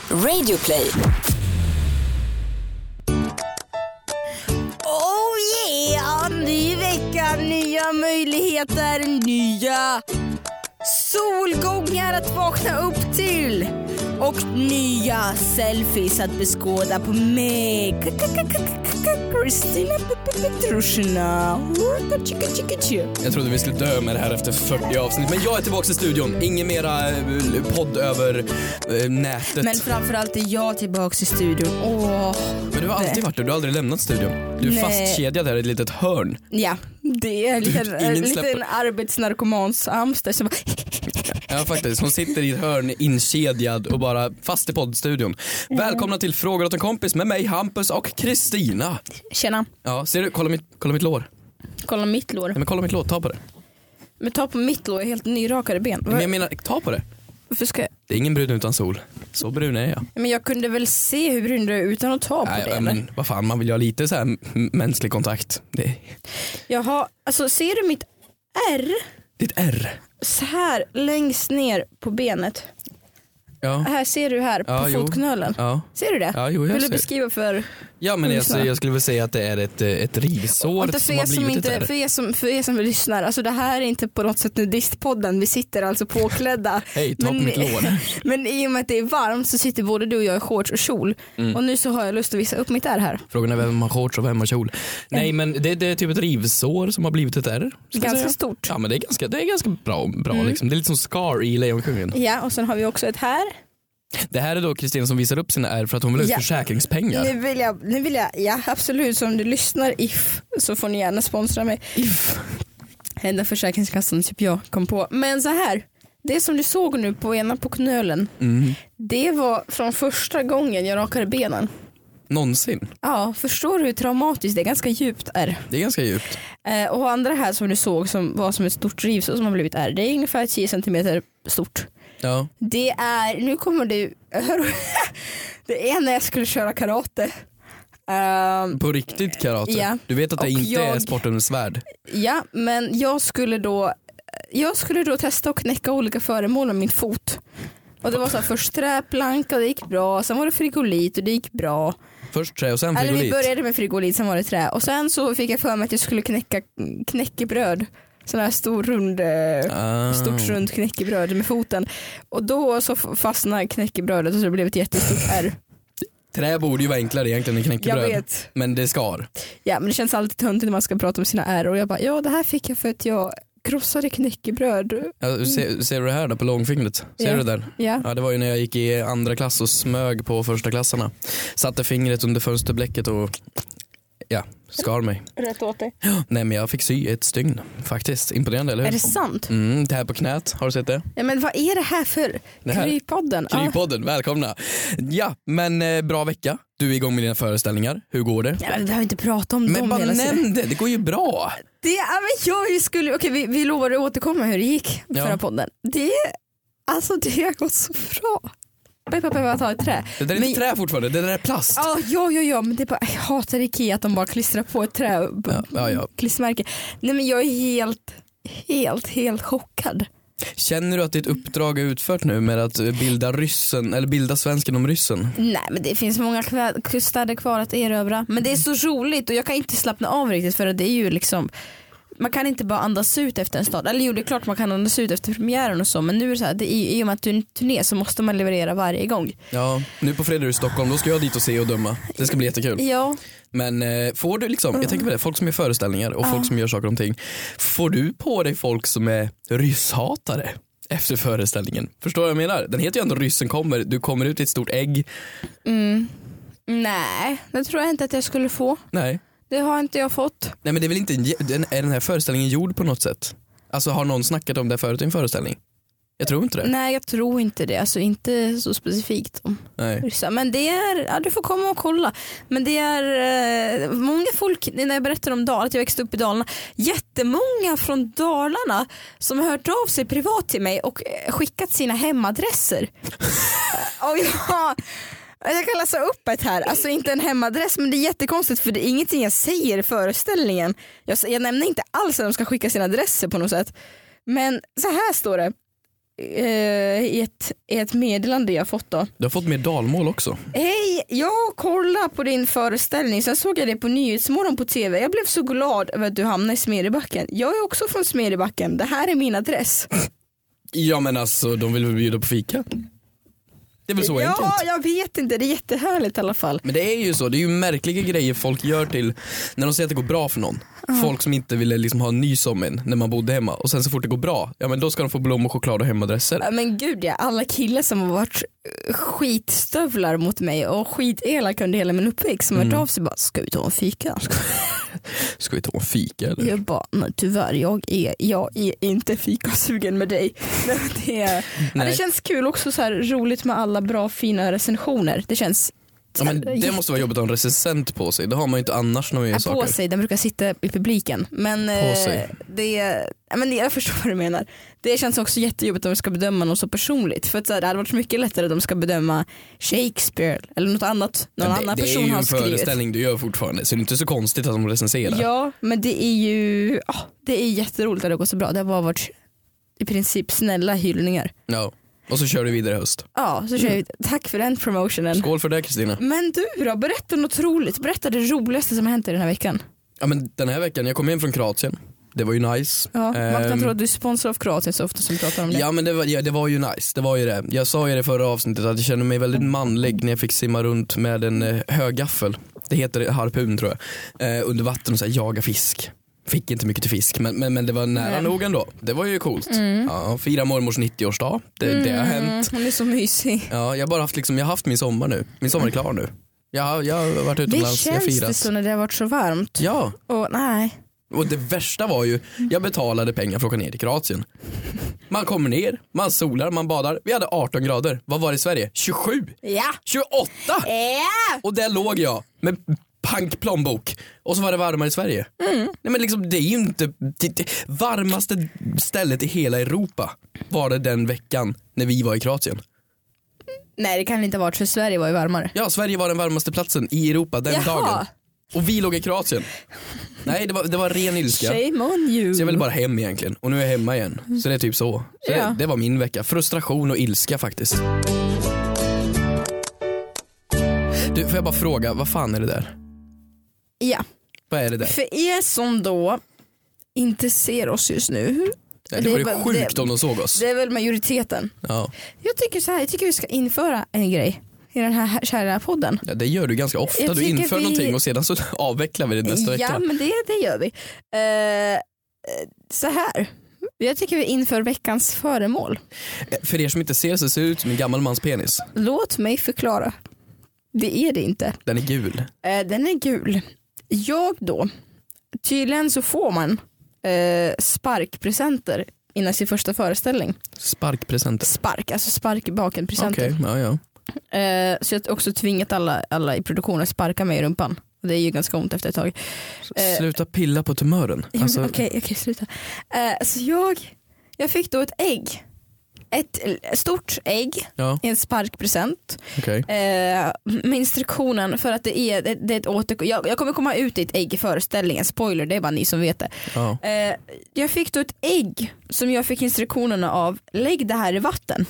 Radioplay. Oh yeah! Ny vecka, nya möjligheter, nya solgångar att vakna upp till. Och nya selfies att beskåda på mig. Kristina Petrushina. Jag trodde vi skulle dö med det här efter 40 avsnitt. Men jag är tillbaka i studion. Ingen mera podd över nätet. Men framförallt är jag tillbaka i studion. Men du har alltid varit där, du har aldrig lämnat studion. Du är fastkedjad här i ett litet hörn. Ja, det är en liten arbetsnarkomans amster som... Ja faktiskt, hon sitter i ett hörn inkedjad och bara fast i poddstudion. Välkomna till Frågor åt en kompis med mig, Hampus och Kristina. Tjena. Ja, ser du? Kolla mitt lår. Kolla mitt lår. Ja, men kolla mitt lår, ta på det. Men ta på mitt lår, jag är helt nyrakade ben. Men jag menar, ta på det. Varför ska jag? Det är ingen brun utan sol. Så brun är jag. Men jag kunde väl se hur brun du är utan att ta på det. Ja, men vad fan, man vill ju ha lite så här mänsklig kontakt. Jaha, alltså ser du mitt R? Ditt R? Så här längst ner på benet. Ja. Här ser du här på fotknölen. Ja. Ser du det? Ja, jo, vill du beskriva för... Ja, men jag skulle väl säga att det är ett rivsår som har blivit ett R. För er som lyssnar, alltså det här är inte på något sätt nudistpodden. Vi sitter alltså påklädda. Hej, ta på mitt lår. Men i och med att det är varmt så sitter både du och jag i shorts och kjol. Och nu så har jag lust att visa upp mitt R här. Frågan är vem har shorts och vem har kjol. Nej, men det är typ ett rivsår som har blivit ett R. Ganska stort. Ja, men det är ganska bra liksom. Det är lite som Scar i Lejonkungen. Ja, och sen har vi också ett här. Det här är då Kristina som visar upp sina R för att hon vill ha försäkringspengar. Nu vill jag, ja absolut, så om du lyssnar så får ni gärna sponsra mig. Enda försäkringskassan typ jag kom på. Men så här, det som du såg nu på ena på knölen, det var från första gången jag rakade benen. Någonsin? Ja, förstår du hur traumatiskt det är? Ganska djupt R. Det är ganska djupt. Och andra här som du såg som var som ett stort rivsår som har blivit R, det är ungefär 10 centimeter stort. Ja. Det är, nu kommer det det är när jag skulle köra karate. På riktigt karate? Ja. Du vet att det inte är sporten med svärd? Ja, men jag skulle då testa att knäcka olika föremål med min fot. Och det var så här, först träplanka och det gick bra. Sen var det frigolit och det gick bra. Först trä och sen frigolit? Eller vi började med frigolit, sen var det trä. Och sen så fick jag för mig att jag skulle knäcka knäckebröd. Sån här stort runt knäckebröd med foten. Och då så fastnade knäckebrödet och så blev det ett jättestort R. Trä borde ju vara enklare egentligen än knäckebröd. Jag vet. Men det skar. Ja, men det känns alltid töntigt när man ska prata om sina R. Och jag bara, ja det här fick jag för att jag krossade knäckebröd. Ja, ser du det här då på långfingret? Ser du det där? Ja. Ja, det var ju när jag gick i andra klass och smög på första klassarna. Satte fingret under fönsterblecket och skar mig. Rätt åt dig. Nej, men jag fick sy ett stygn faktiskt. Imponerande, eller hur? Är det sant? Det här på knät, har du sett det? Ja, men vad är det här för Krypodden? Krypodden, välkomna. Ja, men bra vecka. Du är igång med dina föreställningar. Hur går det? Ja, men vi har inte pratat om men dem. Men bara nämn det går ju bra. Vi lovade att återkomma hur det gick förra podden. Det har gått så bra. Jag tar ett trä. Det där är inte trä fortfarande, det där är plast. Ja, men det är bara, jag hatar Ikea att de bara klistrar på ett trä. Klistermärke. Nej, men jag är helt chockad. Känner du att ditt uppdrag är utfört nu med att bilda svensken om ryssen? Nej, men det finns många städer kvar att erövra. Men det är så roligt och jag kan inte slappna av riktigt för att det är ju liksom, man kan inte bara andas ut efter en stad. Eller jo, det är klart man kan andas ut efter premiären och så. Men nu är det så här, i och med att du är en turné så måste man leverera varje gång. Ja, nu på fredag i Stockholm, då ska jag dit och se och döma. Det ska bli jättekul. Ja. Men får du liksom, jag tänker på det, folk som gör föreställningar och folk som gör saker och ting. Får du på dig folk som är rysshatare efter föreställningen? Förstår du vad jag menar? Den heter ju ändå Ryssen kommer, du kommer ut i ett stort ägg. Nej, det tror jag inte att jag skulle få. Nej. Det har inte jag fått. Nej, men det är väl inte är den här föreställningen gjord på något sätt? Alltså har någon snackat om det förut i en föreställning? Jag tror inte det. Nej, jag tror inte det. Alltså inte så specifikt om ryssar. Men det är, du får komma och kolla. Men det är många folk, när jag berättar om Dalarna, att jag växte upp i Dalarna, jättemånga från Dalarna som har hört av sig privat till mig och skickat sina hemadresser. Och jag kan läsa upp ett här, alltså inte en hemadress, men det är jättekonstigt för det är ingenting jag säger i föreställningen. Jag nämner inte alls att de ska skicka sina adresser på något sätt. Men så här står det. i ett meddelande jag fått då. Du har fått med dalmål också. Hej, jag kollar på din föreställning, sen såg jag det på Nyhetsmorgon på TV. Jag blev så glad över att du hamnade i Smedjebacken. Jag är också från Smedjebacken, det här är min adress. Ja men alltså, de vill väl bjuda på fika? Det är väl så enkelt? Ja, jag vet inte, det är jättehärligt i alla fall. Men det är ju så, det är ju märkliga grejer folk gör till när de säger att det går bra för någon. Folk som inte ville liksom ha en ny som en när man bodde hemma. Och sen så fort det går bra, ja men då ska de få blommor, choklad och hemadresser. Ja, men gud ja, alla killar som har varit skitstövlar mot mig och skitelak under hela min uppväxt som har hört av sig bara, ska vi ta en fika? Ska vi ta en fika eller? Jag bara, men tyvärr, jag är inte fikasugen med dig. Det känns kul också, så här roligt med alla bra fina recensioner. Det känns... Ja, men det måste vara jobbigt att ha en recensent på sig. Det har man ju inte annars när man gör saker. På sig, den brukar sitta i publiken. Men jag förstår vad du menar. Det känns också jättejobbigt om de ska bedöma något så personligt. För att, så här, det hade varit mycket lättare om de ska bedöma Shakespeare eller något annat. Annan person har skrivit. Det är ju en föreställning du gör fortfarande, så det är inte så konstigt att de recenserar. Ja, men det är ju det är jätteroligt att det går så bra. Det har bara varit i princip snälla hyllningar. Ja. Och så kör du vidare i höst. Ja, så kör vi. Tack för den promotionen. Skål för det, Kristina. Men du då, berätta något roligt. Berätta det roligaste som har hänt i den här veckan. Ja men den här veckan, jag kom hem från Kroatien. Det var ju nice. Ja, man kan tro att du är sponsor av Kroatien så ofta som pratar om det. Ja men det var ju nice, det var ju det. Jag sa ju det förra avsnittet att jag kände mig väldigt manlig när jag fick simma runt med en högaffel. Det heter harpun tror jag. Under vatten och så här, jaga fisk. Fick inte mycket till fisk men det var nära nog ändå. Det var ju coolt. Ja, fira mormors 90-årsdag. Det har hänt. Hon är så mysig. Ja, jag har bara haft jag har haft min sommar nu. Min sommar är klar nu. Jag har varit utomlands. Det känns det så när det har varit så varmt. Ja. Och det värsta var ju, jag betalade pengar för att åka ner till Kroatien. Man kommer ner, man solar, man badar. Vi hade 18 grader. Vad var det i Sverige? 27? Ja. 28? Ja. Och där låg jag med pank plånbok. Och så var det varmare i Sverige. Nej, men liksom, det är ju inte det varmaste stället i hela Europa var det den veckan när vi var i Kroatien. Nej, det kan inte ha varit, för Sverige var ju varmare. Ja, Sverige var den varmaste platsen i Europa den dagen. Och vi låg i Kroatien. Nej, det var ren ilska. Shame on you. Så jag ville bara hem egentligen. Och nu är jag hemma igen. Så det är typ så. Det var min vecka. Frustration och ilska faktiskt. Du, får jag bara fråga, vad fan är det där? Ja. Vad är det där? För er som då inte ser oss just nu. Ja, det var ju sjukt om de såg oss. Det är väl majoriteten. Ja. Jag tycker vi ska införa en grej i den här kära podden. Ja, det gör du ganska ofta. Du inför någonting och sedan så avvecklar vi det nästa vecka. Ja, men det gör vi. Så här. Jag tycker vi inför veckans föremål. För er som inte ser så ser det ut som en gammal mans penis. Låt mig förklara. Det är det inte. Den är gul. Den är gul. Jag då. Tydligen så får man sparkpresenter innan sin första föreställning. Sparkpresenter? Alltså sparkbakenpresenter. Okej, ja. Så jag har också tvingat alla i produktionen att sparka mig i rumpan. Och det är ju ganska ont efter ett tag. Sluta pilla på tumören. Alltså... Okej, sluta. Så jag fick då ett ägg. Ett stort ägg i en sparkpresent. Okay. Med instruktionen för att det är ett jag kommer komma ut i ett ägg i föreställningen. Spoiler, det är bara ni som vet det. Jag fick då ett ägg som jag fick instruktionerna av. Lägg det här i vatten.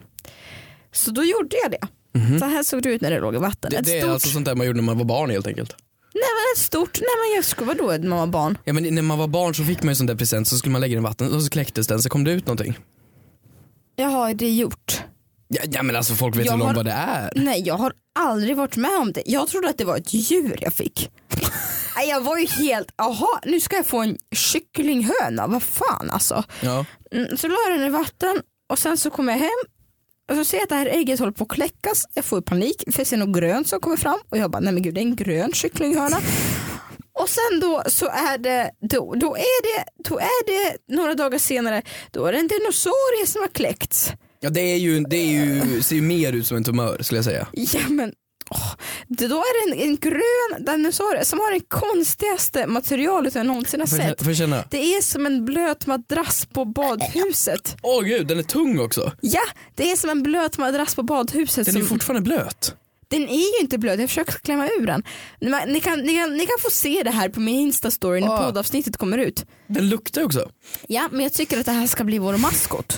Så då gjorde jag det. Så här såg det ut när det låg i vatten. Det är alltså sånt där man gjorde när man var barn helt enkelt. Nej men jag ska vadå när man var barn? Ja, men när man var barn så fick man ju sån där present, så skulle man lägga den i vatten och så kläcktes den, så kom det ut någonting. Jag har det gjort. Ja men alltså folk vet väl om vad det är. Nej, jag har aldrig varit med om det. Jag trodde att det var ett djur jag fick. Jag var ju helt, nu ska jag få en kycklinghöna, vad fan alltså. Ja. Så la jag den i vatten och sen så kom jag hem och så ser jag att det här ägget håller på att kläckas. Jag får panik för jag ser något grönt som kommer fram och jag bara, nej men gud, det är en grön kycklinghöna. Och sen då så är det då är det några dagar senare, då är det en dinosaurie som har kläckts. Ja, det är ju ser ju mer ut som en tumör skulle jag säga. Ja men då är det en grön dinosaurie som har det konstigaste materialet jag någonsin har sett. Får jag känna? Det är som en blöt madrass på badhuset. Åh gud, den är tung också. Ja, det är som en blöt madrass på badhuset. Den är fortfarande blöt. Den är ju inte blöd, jag försöker klämma ur den. Ni kan få se det här på min Insta-story när poddavsnittet kommer ut. Den luktar också. Ja, men jag tycker att det här ska bli vår maskot.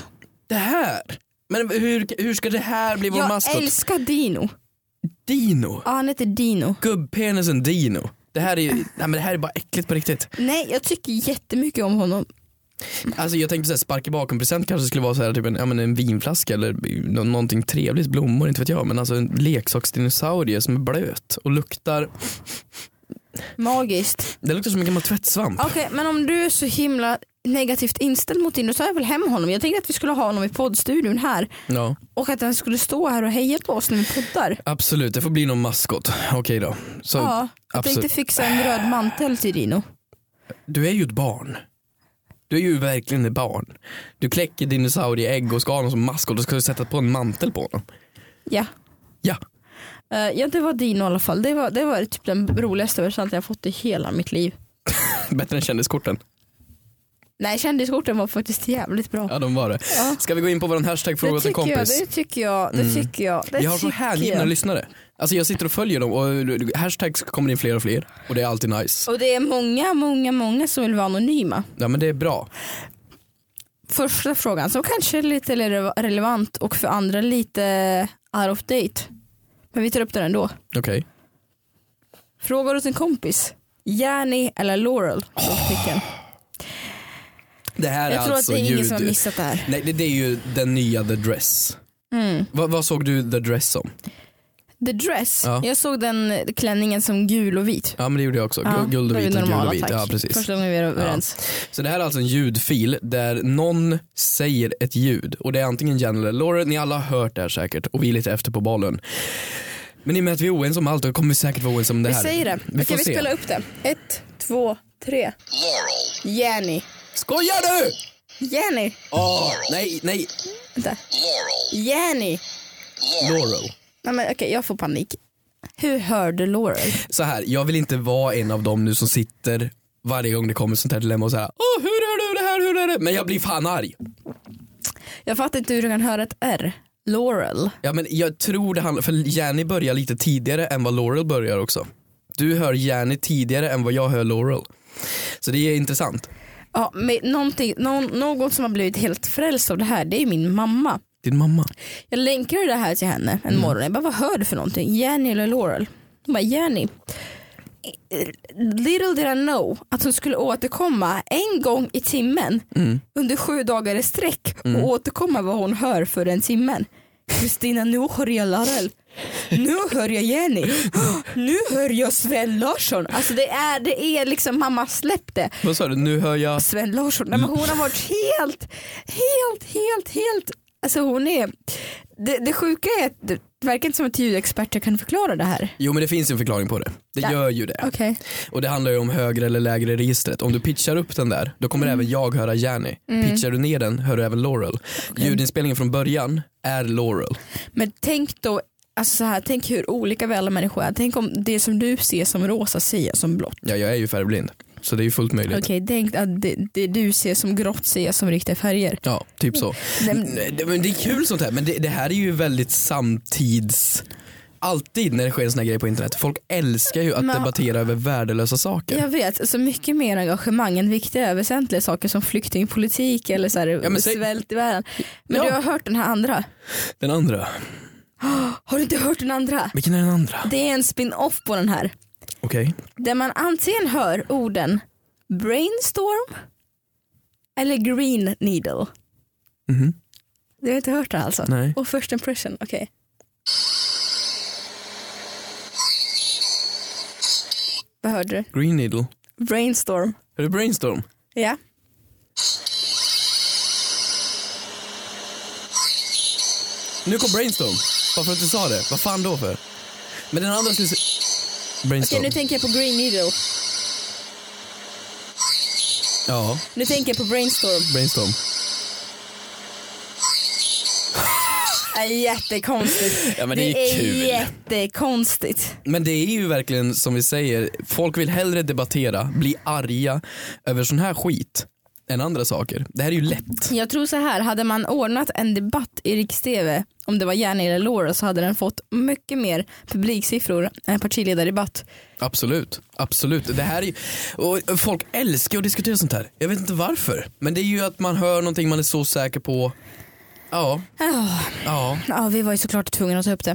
Det här. Men hur ska det här bli vår maskot? Jag älskar Dino. Dino? Ja, han heter Dino. Gubbpenisen Dino. Det här är bara äckligt på riktigt. Nej, jag tycker jättemycket om honom. Alltså jag tänkte så här, sparka bakom present kanske skulle vara så här, typ en vinflaska eller någonting trevligt, blommor, inte vet jag, men alltså en leksaksdinosaurie som är blöt och luktar magiskt. Det luktar som en gammal tvättsvamp. Okej, men om du är så himla negativt inställd mot Dino så är jag väl hem honom. Jag tänkte att vi skulle ha honom i poddstudion här. Ja. Och att han skulle stå här och heja på oss när vi poddar. Absolut, det får bli någon maskot. Okej då. Så, ja, jag tänkte fixa en röd mantel till Dino. Du är ju ett barn. Du är ju verkligen ett barn. Du kläcker dinosaurieägg och ska ha honom som maskot och ska sätta på en mantel på honom. Ja. Ja. Ja, det var Dino i alla fall. Det var typ den roligaste presenten jag fått i hela mitt liv. Bättre än kändiskorten? Nej, kändiskorten var faktiskt jävligt bra. Ja, de var det. Ja. Ska vi gå in på vår hashtag-fråga till kompis? Det tycker jag. Vi har så hängivna lyssnare. Alltså jag sitter och följer dem och hashtags kommer in fler och fler. Och det är alltid nice. Och det är många som vill vara anonyma. Ja, men det är bra. Första frågan som kanske är lite relevant och för andra lite out of date. Men vi tar upp den ändå. Okej. Frågar åt en kompis. Jenny eller Laurel? Det här jag tror alltså att det är ingen som har missat det här. Nej, det är ju den nya The Dress. Vad såg du The Dress som? The Dress? Ja. Jag såg den klänningen som gul och vit. Ja, men det gjorde jag också. Guld och vit och gul och vit. Ja, precis. Första gången vi är överens. Ja. Så det här är alltså en ljudfil där någon säger ett ljud. Och det är antingen Jen eller Laura. Ni alla har hört det här säkert. Och vi är lite efter på bollen. Men i och med att vi är oense om allt, då kommer vi säkert vara oense om det här. Vi säger det. Vi spelar upp det. 1, 2, 3. Laurel. Jenny. Skojar du? Jenny. Nej. Vänta. Laurel. Jenny. Laurel. Nej, men okej, jag får panik. Hur hörde Laurel? Så här, jag vill inte vara en av dem nu som sitter varje gång det kommer sånt här dilemma och så här, hur hör du det här, hur är det? Men jag blir fan arg. Jag fattar inte hur du kan höra ett R. Laurel. Ja, men jag tror det handlar, för Jenny börjar lite tidigare än vad Laurel börjar också. Du hör Jenny tidigare än vad jag hör Laurel. Så det är intressant. Ja, men någon som har blivit helt frälst av det här, det är min mamma. Din mamma? Jag länkade det här till henne en morgon. Jag bara, vad hör du för någonting? Jenny eller Laurel? Hon bara, Jenny. Little did I know att hon skulle återkomma en gång i timmen under 7 dagar i sträck och återkomma vad hon hör för den timmen. Kristina, nu hör jag Laurel. Nu hör jag Jenny. Nu hör jag Sven Larsson. Alltså det är liksom, mamma släppte. Vad sa du? Nu hör jag Sven Larsson. Nej, men hon har varit helt. Alltså hon är. Det sjuka är att det verkar inte som att ljudexperter kan förklara det här. Jo, men det finns en förklaring på det. Det gör ju det. Okay. Och det handlar ju om högre eller lägre registret. Om du pitchar upp den där, då kommer även jag höra Jenny. Pitchar du ner den, hör du även Laurel. Okay. Ljudinspelningen från början är Laurel. Men tänk då, alltså så här, tänk hur olika vi alla människor är. Tänk om det som du ser som rosa ser jag som blått. Ja, jag är ju färgblind. Så det är ju fullt möjligt. Okej, tänk att det du ser som grått ser jag som riktiga färger. Ja, typ så. Men det är kul sånt här. Men det här är ju väldigt samtids... Alltid när det sker en sån här grej på internet. Folk älskar ju att debattera över värdelösa saker. Jag vet, så mycket mer engagemang än viktiga väsentliga saker som flyktingpolitik eller så här, svält i världen. Men du har hört den här andra? Den andra? Har du inte hört den andra? Vilken är den andra? Det är en spin-off på den här. Okej. Där man antingen hör orden brainstorm eller green needle. Du har inte hört det alltså? Nej. Och first impression, okej. Vad hörde du? Green needle. Brainstorm. Är det brainstorm? Ja. Nu kom brainstorm. Varför inte sa det? Vad fan då för? Men den andra skulle se... Brainstorm. Okej, nu tänker jag på green needle. Ja. Nu tänker jag på brainstorm. Brainstorm. Jättekonstigt. Ja, men det är kul. Jättekonstigt. Men det är ju verkligen som vi säger, folk vill hellre debattera, bli arga över sån här skit än andra saker. Det här är ju lätt. Jag tror så här, hade man ordnat en debatt i Riks-TV om det var Jenny eller Laura så hade den fått mycket mer publiksiffror än partiledardebatt. Absolut, absolut. Det här är ju, och folk älskar att diskutera sånt här. Jag vet inte varför, men det är ju att man hör någonting man är så säker på Ja, vi var ju såklart tvungna att ta upp det.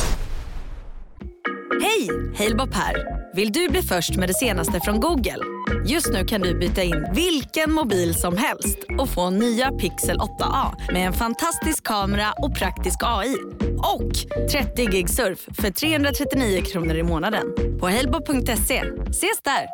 Hej, Halebop här. Vill du bli först med det senaste från Google? Just nu kan du byta in vilken mobil som helst och få nya Pixel 8a med en fantastisk kamera och praktisk AI. Och 30 gig surf för 339 kronor i månaden på halebop.se. Ses där!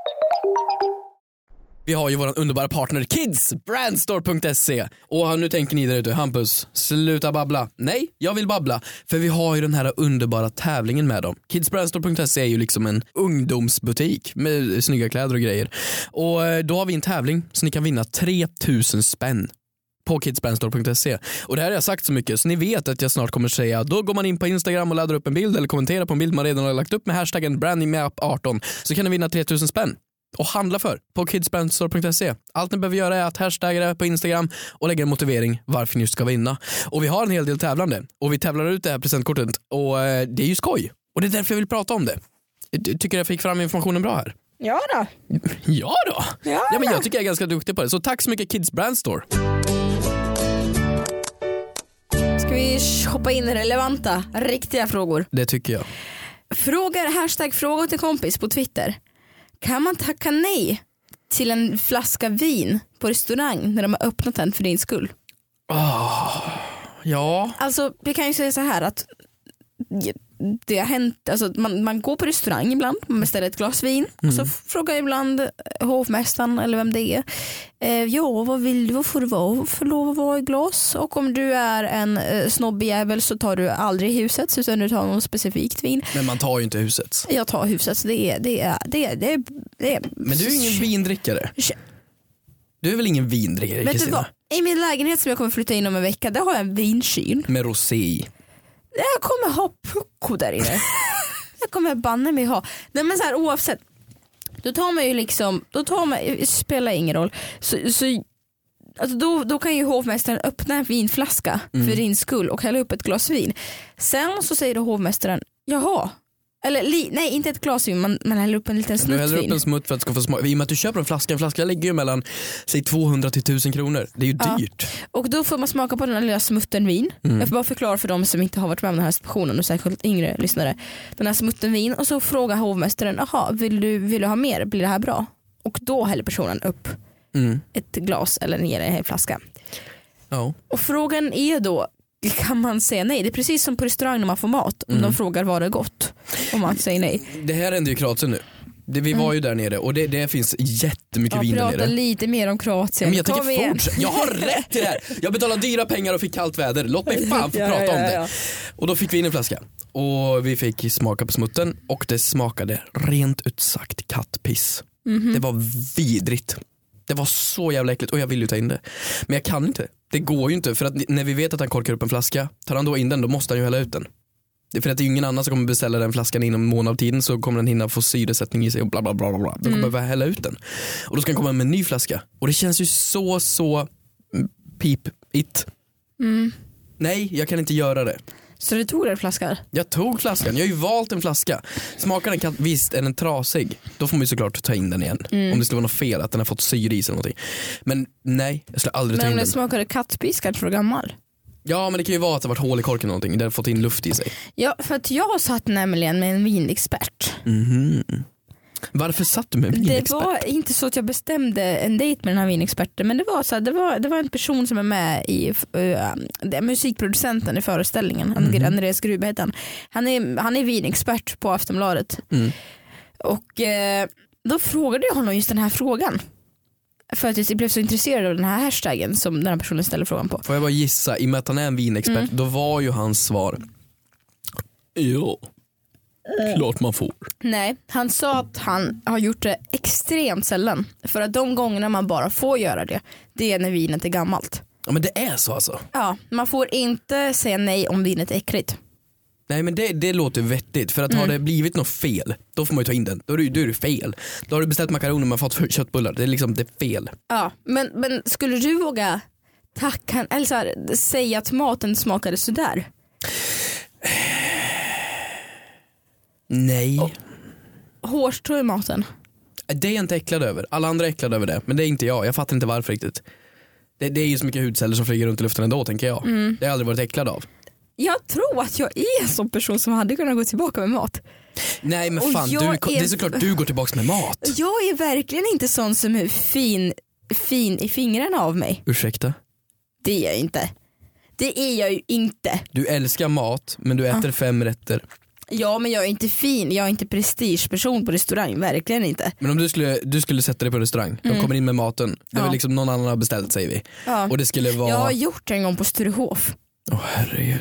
Vi har ju vår underbara partner kidsbrandstore.se. Och nu tänker ni där ute, Hampus, sluta babbla. Nej, jag vill babbla. För vi har ju den här underbara tävlingen med dem. Kidsbrandstore.se är ju liksom en ungdomsbutik med snygga kläder och grejer. Och då har vi en tävling så ni kan vinna 3000 spänn på kidsbrandstore.se. Och det här har jag sagt så mycket så ni vet att jag snart kommer säga, då går man in på Instagram och laddar upp en bild eller kommenterar på en bild man redan har lagt upp med hashtaggen brandingmap18 så kan ni vinna 3000 spänn. Och handla för på kidsbrandstore.se. Allt ni behöver göra är att hashtagga det på Instagram och lägga en motivering varför ni ska vinna. Och vi har en hel del tävlande och vi tävlar ut det här presentkortet och det är ju skoj. Och det är därför jag vill prata om det. Tycker jag fick fram informationen bra här? Ja då. Ja, men jag tycker jag är ganska duktig på det. Så tack så mycket Kids Brandstore. Ska vi hoppa in i relevanta, riktiga frågor? Det tycker jag. Frågor till kompis på Twitter. Kan man tacka nej till en flaska vin på restaurang när de har öppnat den för din skull? Ja. Alltså vi kan ju säga så här att det har hänt, alltså man går på restaurang ibland, man beställer ett glas vin och så frågar ibland hovmästaren eller vem det är, vad får det vara för lov att vara i glas, och om du är en snobbjävel så tar du aldrig husets utan du tar någon specifikt vin. Men man tar ju inte husets. Jag tar husets, det är. Men du är ingen vindrickare. Du är väl ingen vindrickare, Kristina? I min lägenhet som jag kommer flytta in om en vecka, där har jag en vinkyl med rosé i. Jag kommer ha pucko där inne. Jag kommer banne mig ha. Nej, men så här, oavsett. Då tar man ju liksom, spelar ingen roll. Alltså då kan ju hovmästaren öppna en vinflaska för din skull och hälla upp ett glas vin. Sen så säger då hovmästaren, jaha. Eller nej, inte ett glas vin, man häller upp en liten snutt vin. Du häller upp en smutt för att ska få smaka. I och med att du köper en flaska ligger ju mellan säg 200 till 1000 kronor. Det är ju dyrt. Och då får man smaka på den här lilla smutten vin. Jag får bara förklara för dem som inte har varit med om den här situationen och särskilt yngre lyssnare. Den här smutten vin, och så frågar hovmästaren, jaha, vill du ha mer? Blir det här bra? Och då häller personen upp ett glas eller ger en hel flaska. Ja. Och frågan är då, kan man säga nej? Det är precis som på restaurang när man får mat. Om de frågar var det gott, om man säger nej. Det här händer ju i Kroatien nu. Vi var ju där nere och det finns jättemycket vin där nere. Prata lite mer om Kroatien. Men jag har rätt till det här. Jag betalade dyra pengar och fick kallt väder. Låt mig fan få prata om det. Och då fick vi in en flaska. Och vi fick smaka på smutten. Och det smakade rent ut sagt kattpiss. Det var vidrigt. Det var så jävla äckligt och jag vill ju ta in det. Men jag kan inte. Det går ju inte, för att när vi vet att han korkar upp en flaska, tar han då in den, då måste han ju hälla ut den. Det är för att det är ingen annan som kommer beställa den flaskan inom en månad av tiden, så kommer den hinna få syresättning i sig och bla bla bla bla. Då kommer behöva hälla ut den. Och då ska han komma med en ny flaska. Och det känns ju så peep it. Nej, jag kan inte göra det. Så du tog den flaskan? Jag tog flaskan, jag har ju valt en flaska. Smakar den visst, är den trasig, då får man ju såklart ta in den igen. Om det skulle vara något fel, att den har fått syre i sig eller någonting. Men nej, jag skulle aldrig ta in den. Men om det smakade kattpiss, kanske för gammal? Ja, men det kan ju vara att det har varit hål i korken eller någonting. Det har fått in luft i sig. Ja, för att jag satt nämligen med en vinexpert. Varför satt du med en vinexpert? Det var inte så att jag bestämde en dejt med den här vinexperten, men det var så här, det var en person som är med i musikproducenten i föreställningen, Andreas Grube heter han. Han är vinexpert på Aftonbladet. Och då frågade jag honom just den här frågan. För att jag blev så intresserad av den här hashtaggen som den här personen ställer frågan på. Får jag bara gissa, i och med att han är en vinexpert, då var ju hans svar ja, klart man får. Nej, han sa att han har gjort det extremt sällan. För att de gångerna man bara får göra det är när vinet är gammalt. Ja, men det är så alltså? Ja, man får inte säga nej om vinet är äckligt. Nej, men det låter vettigt. För att har det blivit något fel, då får man ju ta in den. Då är det fel. Då har du beställt makaroner och man har fått köttbullar. Det är liksom, det är fel. Ja, men skulle du våga tacka eller så här, säga att maten smakade sådär? Nej. Hårstrå i maten? Det är jag inte äcklad över. Alla andra är äcklade över det. Men det är inte jag. Jag fattar inte varför riktigt. Det är ju så mycket hudceller som flyger runt i luften ändå, tänker jag. Det har jag aldrig varit äcklad av. Jag tror att jag är en sån person som hade kunnat gå tillbaka med mat. Nej men fan, det är såklart du går tillbaka med mat. Jag är verkligen inte sån som är fin i fingrarna av mig. Ursäkta? Det är jag inte. Det är jag ju inte. Du älskar mat, men du äter 5 rätter. Ja, men jag är inte fin. Jag är inte prestigeperson på restaurang, verkligen inte. Men om du skulle sätta dig på restaurang, de kommer in med maten, det var liksom någon annan har beställt, säger vi. Ja. Och det skulle vara... Jag har gjort det en gång på Sturehof. Herregud.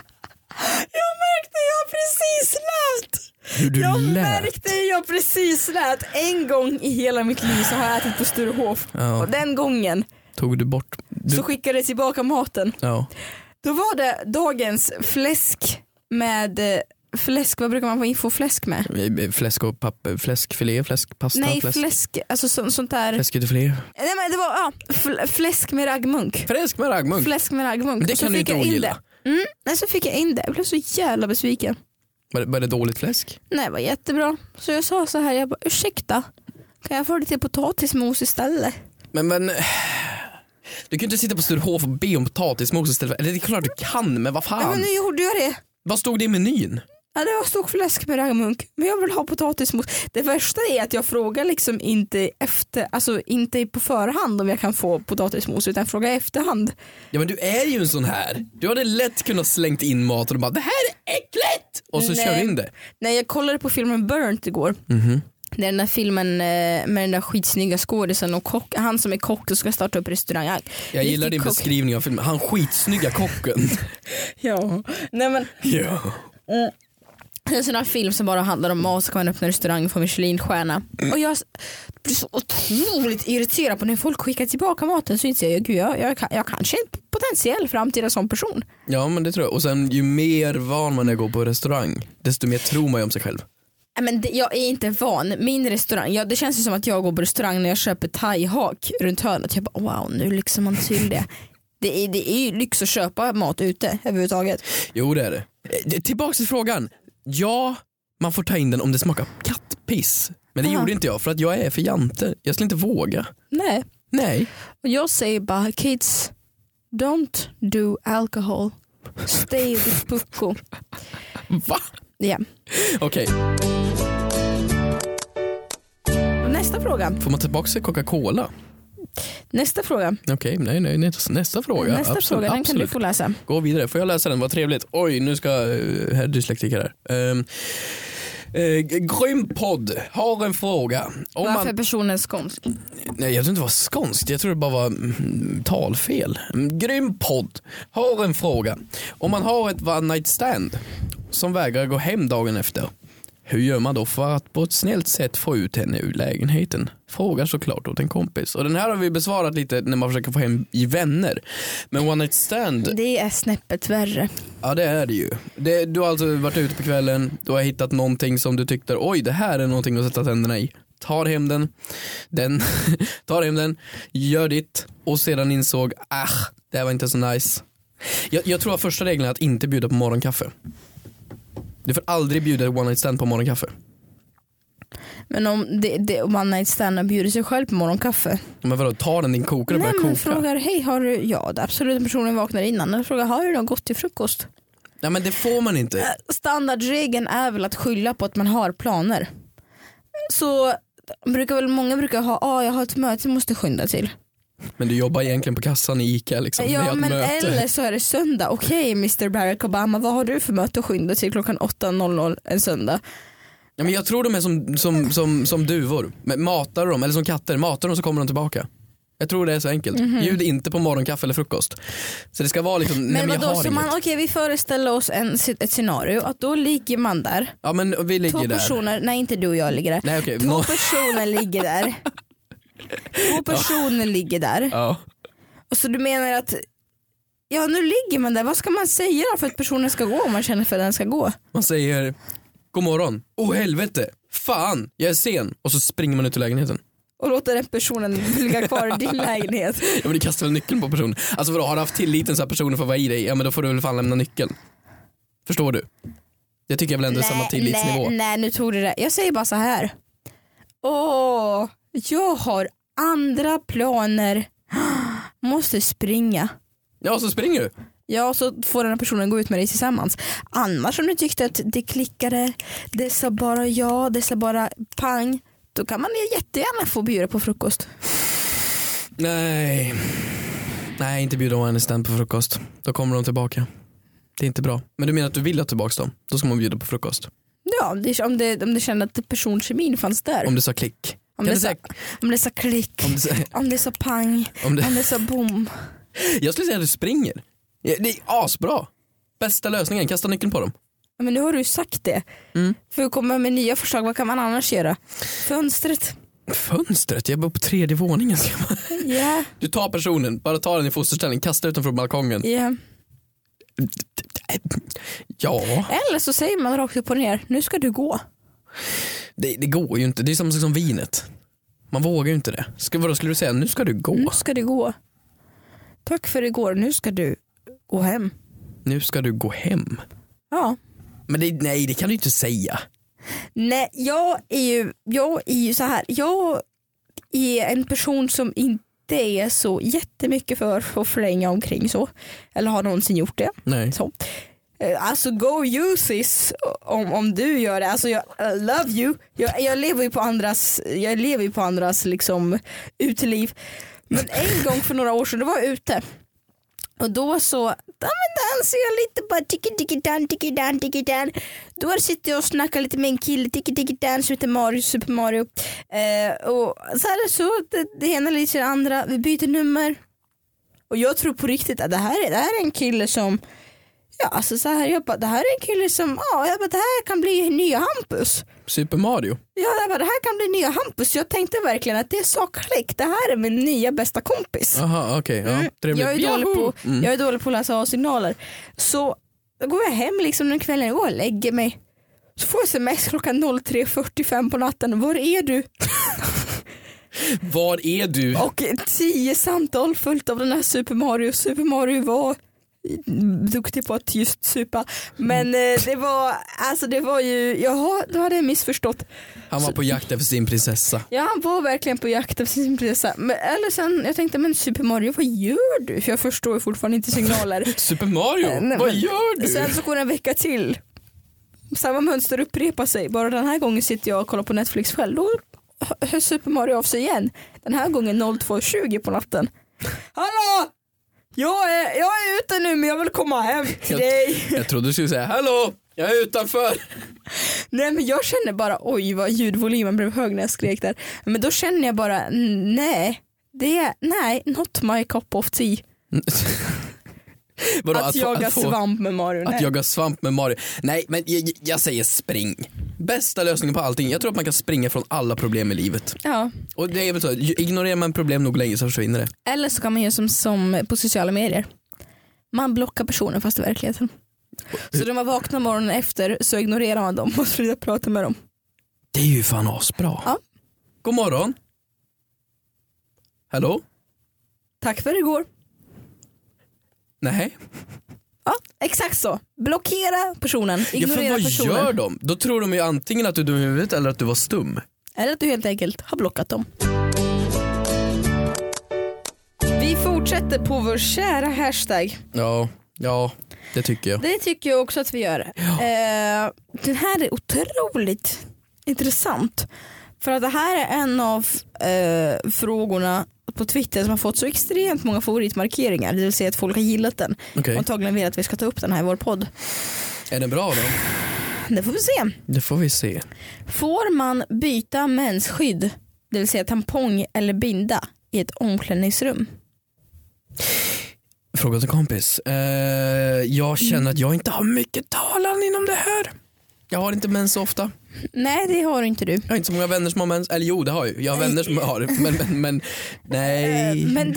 Jag märkte jag precis lät. Jag precis lät. En gång i hela mitt liv så har jag ätit på Sturehof. Och den gången tog du bort... så skickade jag tillbaka maten. Ja. Då var det dagens fläsk med... Fläsk, vad brukar man få fläsk med? Fläsk och fläskfilé, fläskpasta. Nej, fläsk alltså sånt där. Fläskytterfilé. Nej men det var fläsk med raggmunk. Fläsk med raggmunk. Men det kan du inte ogilla. Nej, så fick jag in det. Jag blev så jävla besviken. Var det dåligt fläsk? Nej, det var jättebra. Så jag sa så här, jag bara, ursäkta, kan jag få lite potatismos istället? Men du kan inte sitta på Sturehof och be om potatismos istället. Eller det är klart du kan, men vad fan? Ja, men nu gjorde jag det. Vad stod det i menyn? Ja, det var stod fläsk med raggmunk, men jag vill ha potatismos. Det värsta är att jag frågar liksom inte på förhand om jag kan få potatismos, utan frågar i efterhand. Ja, men du är ju en sån här. Du hade lätt kunnat slängt in mat och bara, det här är äckligt! Och så kör du in det. Nej, jag kollade på filmen Burnt igår. Det är den där filmen med den där skitsnygga skådisen och han som är kock och ska starta upp restaurang. Jag gillar din beskrivning av filmen. Han skitsnygga kocken. Ja. Nej men. Ja. Det är en sån här film som bara handlar om mat, så kan man öppna restaurang och få Michelinstjärna. Och jag blir så otroligt irriterad på när folk skickar tillbaka maten, så inser jag kanske är en potentiell framtida som person. Ja, men det tror jag. Och sen ju mer van man är gå på restaurang, desto mer tror man ju om sig själv. Men jag är inte van. Min restaurang, det känns ju som att jag går på restaurang när jag köper thai-hak runt hörnet. Jag bara, wow, nu liksom man till det. Det är ju lyx att köpa mat ute överhuvudtaget. Jo, det är det. Tillbaka till frågan. Ja, man får ta in den om det smakar kattpiss. Men det gjorde inte jag, för att jag är för jante. Jag skulle inte våga. Nej. Och jag säger bara, kids, don't do alcohol. Stay with pucko. Va? Ja. Okej. Nästa fråga. Får man tillbaka Coca-Cola? Nästa fråga. Okej, nej. Nästa fråga. Nästa fråga, den kan du få läsa. Gå vidare, får jag läsa den? Vad trevligt. Oj, nu ska här dyslektiker här. Grym podd. Har en fråga. Varför personen skånsk? Nej, jag tror inte det var skånskt. Jag tror det bara var talfel. Grym podd. Har en fråga. Om man har ett one night stand som vägrar gå hem dagen efter, hur gör man då för att på ett snällt sätt få ut henne ur lägenheten? Frågar såklart åt en kompis. Och den här har vi besvarat lite när man försöker få hem i vänner. Men one night stand, det är snäppet värre. Ja, det är det ju. Du har alltså varit ute på kvällen, du har hittat någonting som du tyckte, oj, det här är någonting att sätta tänderna i. Tar hem den, gör ditt och sedan insåg, det här var inte så nice. Jag tror att första regeln är att inte bjuda på morgonkaffe. Du får aldrig bjuda one night stand på morgonkaffe. Men om det one night stand bjuder sig själv på morgonkaffe. Men vadå, tar den din kokare och börjar koka? Frågar, hej, har du, ja absolut, personen vaknar innan och frågar, har du något gott till frukost? Ja, men det får man inte. Standardregeln är väl att skylla på att man har planer. Så många brukar ha, jag har ett möte, jag måste skynda till. Men du jobbar egentligen på kassan i ICA liksom. Ja, men eller så är det söndag. Okej, Mr. Barack Obama, vad har du för möte att skynda till klockan 8.00 en söndag? Ja, men jag tror de är som duvor. Matar dem, eller som katter. Matar dem så kommer de tillbaka. Jag tror det är så enkelt. Bjud inte på morgonkaffe eller frukost. Så det ska vara liksom, men vadå, så okej, vi föreställer oss ett scenario att då ligger man där. Ja, men vi ligger där. 2 personer, nej inte du och jag ligger där. Nej, okay. 2 personer ligger där. 2 personer ligger där. Ja. Och så du menar att nu ligger man där. Vad ska man säga för att personen ska gå om man känner för att den ska gå? Man säger, god morgon. Helvete. Fan, jag är sen. Och så springer man ut ur lägenheten. Och låter den personen ligga kvar i din lägenhet. Ja, men du kastar väl nyckeln på personen. Alltså vadå, har du haft tilliten så att personen får vara i dig? Ja, men då får du väl fan lämna nyckeln. Förstår du? Jag tycker jag väl ändå samma tillitsnivå. Nej, nu tog du det. Jag säger bara så här. Jag har andra planer måste springa. Ja, så springer du. Ja, så får den här personen gå ut med dig tillsammans. Annars om du tyckte att det klickade, det sa bara ja, det sa bara pang, då kan man jättegärna få bjuda på frukost. Nej, inte bjuda en stand på frukost. Då kommer de tillbaka. Det är inte bra. Men du menar att du vill ha tillbaka dem? Då ska man bjuda på frukost. Ja, om det kände att personkemin fanns där. Om det sa klick. Om det sa klick. Om det sa pang. Om det sa boom. Jag skulle säga att du springer. Det är asbra. Bästa lösningen, kasta nyckeln på dem. Men nu har du ju sagt det. För att komma med nya förslag, vad kan man annars göra? Fönstret, jag bor på 3:e våningen. Yeah. Du tar personen, bara tar den i fosterställning, kasta ut den från balkongen. Yeah. Ja. Eller så säger man rakt upp och ner, nu ska du gå. Det går ju inte, det är som vinet. Man vågar ju inte det. Vad skulle du säga, nu ska du gå? Nu ska du gå. Tack för igår, nu ska du gå hem. Nu ska du gå hem? Ja. Men det kan du inte säga. Nej, jag är ju så här. Jag är en person som inte är så jättemycket för att flänga omkring så. Eller har någonsin gjort det. Nej. Så. Alltså go use this om du gör det. Alltså jag love you. Jag lever ju på andras liksom uteliv. Men en gång för några år sedan då var jag ute. Och då så dansar jag lite bara tiki-dan. Då sitter jag och snackar lite med en kille tiki-dan som heter Super Mario. Och så är det så det ena lite det andra. Vi byter nummer. Och jag tror på riktigt att det här är en kille som alltså så här, jag bara, det här är en kille som det här kan bli nya Hampus. Super Mario? Ja, det här kan bli nya Hampus. Jag tänkte verkligen att det är så klick. Det här är min nya bästa kompis. Aha, okej. Ja, jag är dålig på att läsa signaler. Så då går jag hem liksom den kvällen. Jag går och lägger mig. Så får jag sms klockan 03:45 på natten. Var är du? Var är du? Och 10 samtal fullt av den här Super Mario. Super Mario var duktig på att just supa. Men det var ju då hade jag missförstått. Han var på jakt efter sin prinsessa. Ja, han var verkligen på jakt efter sin prinsessa. Eller sen, jag tänkte, men Super Mario, vad gör du? För jag förstår ju fortfarande inte signaler. Super Mario, vad gör du? Sen så går det en vecka till. Samma mönster upprepar sig. Bara den här gången sitter jag och kollar på Netflix själv. Då hör Super Mario av sig igen. Den här gången 02:20 på natten. Hallå! Jag är ute nu, men jag vill komma hem till dig. Jag trodde du skulle säga hallå, jag är utanför. Nej, men jag känner bara oj vad ljudvolymen blev hög när jag skrek där. Men då känner jag bara nej, not my cup of tea. Vadå, att jaga svamp med Mario. Att jaga svamp med Mario. Nej, men jag säger spring. Bästa lösningen på allting. Jag tror att man kan springa från alla problem i livet. Ja. Och det är väl så, ignorerar man problem nog länge så försvinner det. Eller så kan man göra som på sociala medier. Man blockar personen fast i verkligheten. Så när man vaknar morgonen efter så ignorerar man dem och slutar prata med dem. Det är ju fan asbra. Ja. God morgon. Hallå? Tack för igår. Nej. Ja, exakt så. Blockera personen, ignorera vad personen. Gör de? Då tror de ju antingen att du är dum i huvudet eller att du var stum. Eller att du helt enkelt har blockat dem. Vi fortsätter på vår kära hashtag. Ja, det tycker jag. Det tycker jag också att vi gör. Ja. Den här är otroligt intressant. För att det här är en av frågorna på Twitter som har fått så extremt många favoritmarkeringar. Det vill säga att folk har gillat den. Okay. Och antagligen vill att vi ska ta upp den här i vår podd. Är den bra då? Det får vi se. Det får vi se. Får man byta mensskydd, det vill säga tampong eller binda, i ett omklädningsrum? Fråga till kompis. Jag känner att jag inte har mycket talan inom det här. Jag har inte mens så ofta. Nej, det har inte du. Jag har inte så många vänner som har mens. Eller jo, det har jag. Jag har vänner som har det. Men nej. Men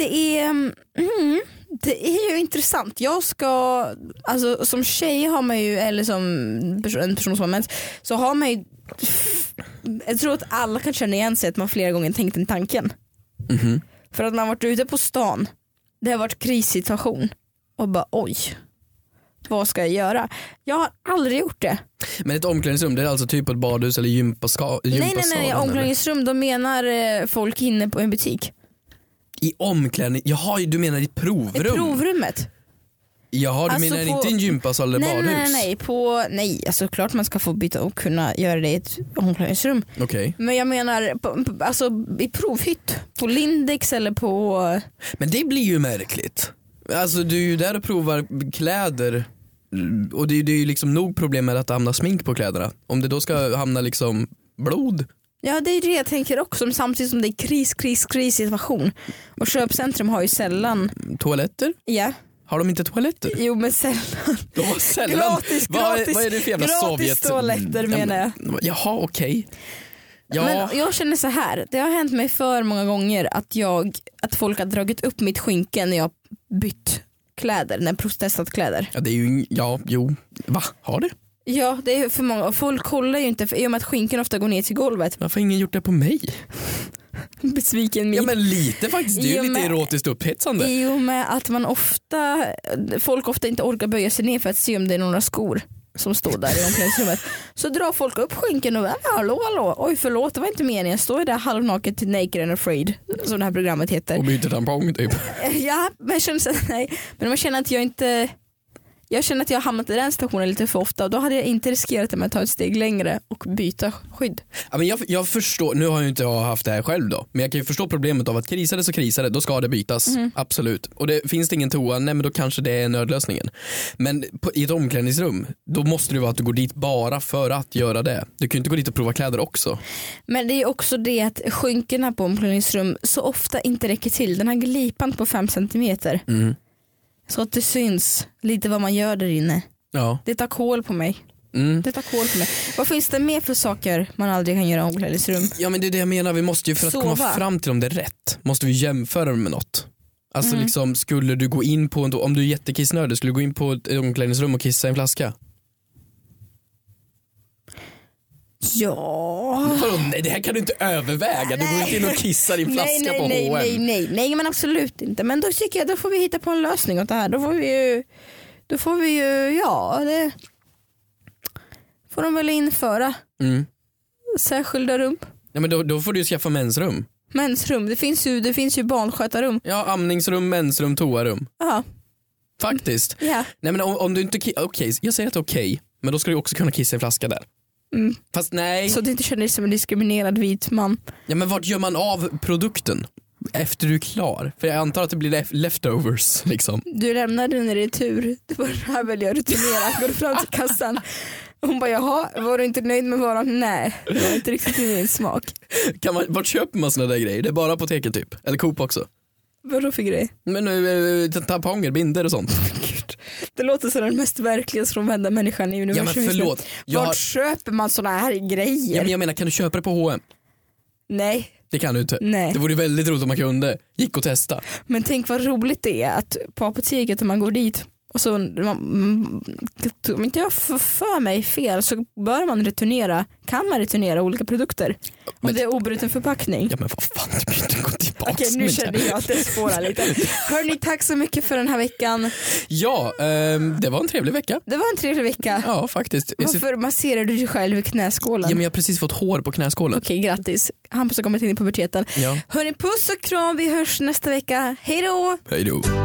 det är ju intressant. Alltså som tjej har man ju, eller som en person som har mens, så har man ju, jag tror att alla kan känna igen sig att man flera gånger tänkt den tanken. Mm-hmm. För att man har varit ute på stan, det har varit krissituation och bara oj, vad ska jag göra? Jag har aldrig gjort det. Men ett omklädningsrum, det är alltså typ ett badhus eller gympasal? Nej, omklädningsrum, de menar folk inne på en butik. I omklädning? Jaha, du menar i provrum? I provrummet. Jaha, du menar inte en gympasal eller badhus? Nej, alltså klart man ska få byta och kunna göra det i ett omklädningsrum. Okay. Men jag menar alltså i provhytt, på Lindex eller på... Men det blir ju märkligt. Alltså du är ju där och provar kläder och det är ju liksom nog problem med att hamna smink på kläderna. Om det då ska hamna liksom blod. Ja, det är det jag tänker också, samtidigt som det är kris situation. Och köpcentrum har ju sällan... Toaletter? Ja. Har de inte toaletter? Jo, men sällan. De har sällan. Gratis, vad är det för jävla gratis toaletter menar jag. Jaha, okej. Ja. Men jag känner så här, det har hänt mig för många gånger att folk har dragit upp mitt skynke när jag bytt kläder, när jag protestat kläder. Ja, det är ju, Va? Har det? Ja, det är för många. Och folk kollar ju inte, i och med att skynken ofta går ner till golvet. Varför har ingen gjort det på mig? Besviken min. Ja, men lite faktiskt, det är ju lite erotiskt upphetsande. I och med att folk ofta inte orkar böja sig ner för att se om det är några skor som står där i omklädningsrummet. Så drar folk upp skynken och hallå, oj förlåt, det var inte meningen. Jag står där halvnaket till Naked and Afraid, som det här programmet heter. Och byter tampong typ. Ja, men jag känner så, nej. Men man känner att jag känner att jag har hamnat i den stationen lite för ofta och då hade jag inte riskerat att ta ett steg längre och byta skydd. Ja, men jag förstår, nu har jag inte haft det här själv då, men jag kan ju förstå problemet av att krisar det, då ska det bytas, absolut. Och finns det ingen toa, nej men då kanske det är nödlösningen. Men i ett omklädningsrum, då måste det vara att du går dit bara för att göra det. Du kan ju inte gå dit och prova kläder också. Men det är också det att skynkorna på omklädningsrum så ofta inte räcker till. Den här glipan på 5 centimeter. Så att det syns lite vad man gör där inne. Ja. Det tar kål på mig. Vad finns det mer för saker man aldrig kan göra i omklädningsrum? Ja, men det är det jag menar, vi måste ju för att komma fram till om det är rätt måste vi jämföra med något. Alltså liksom, skulle du gå in på om du är jättekissnördig, skulle du gå in på ett omklädningsrum och kissa i en flaska? Ja. Nej, det här kan du inte överväga. Du går inte in och kissar i en flaska på H&M. Nej, men absolut inte. Men då tycker jag, då får vi hitta på en lösning åt det här. Då får vi ju det får de väl införa. Särskilda rum. Ja, men då får du ju skaffa mensrum. Mensrum, det finns ju barnskötarrum. Ja, amningsrum, mensrum, toarum. Ja. Faktiskt. Ja. Nej, men om du inte jag säger att det är okej, men då ska du också kunna kissa i en flaska där. Fast nej. Så du inte känner dig som en diskriminerad vit man. Ja, men vart gör man av produkten efter du är klar? För jag antar att det blir leftovers liksom. Du lämnar den i retur. Det var det här väl jag returnerar. Går fram till kassan. Hon bara, jaha, var du inte nöjd med varan? Nej, det var inte riktigt i min smak. Vart köper man såna där grejer? Det är bara apoteket typ? Eller Coop också? Vadå för grej? Men tamponger, binder och sånt. Gud, det låter som den mest verklighetsfrånvända människan i universum. Ja, men förlåt. Vart köper man såna här grejer? Ja, men jag menar, kan du köpa det på H&M? Nej. Det kan du inte. Nej. Det vore väldigt roligt om man kunde. Gick och testa. Men tänk vad roligt det är att på apoteket om man går dit och så om inte jag för mig fel så bör man kan man returnera olika produkter. Men, och det är obruten förpackning. Ja, men vad fan, du kan inte gå tillbaka. Okej, nu känner jag att det spårar lite. Hörni, tack så mycket för den här veckan. Ja, det var en trevlig vecka. Det var en trevlig vecka. Ja, faktiskt. Varför masserar du dig själv i knäskålen? Ja, men jag har precis fått hår på knäskålen. Okej, grattis. Hampus har kommit in i puberteten. Ja. Hörni, puss och kram. Vi hörs nästa vecka. Hej då! Hej då.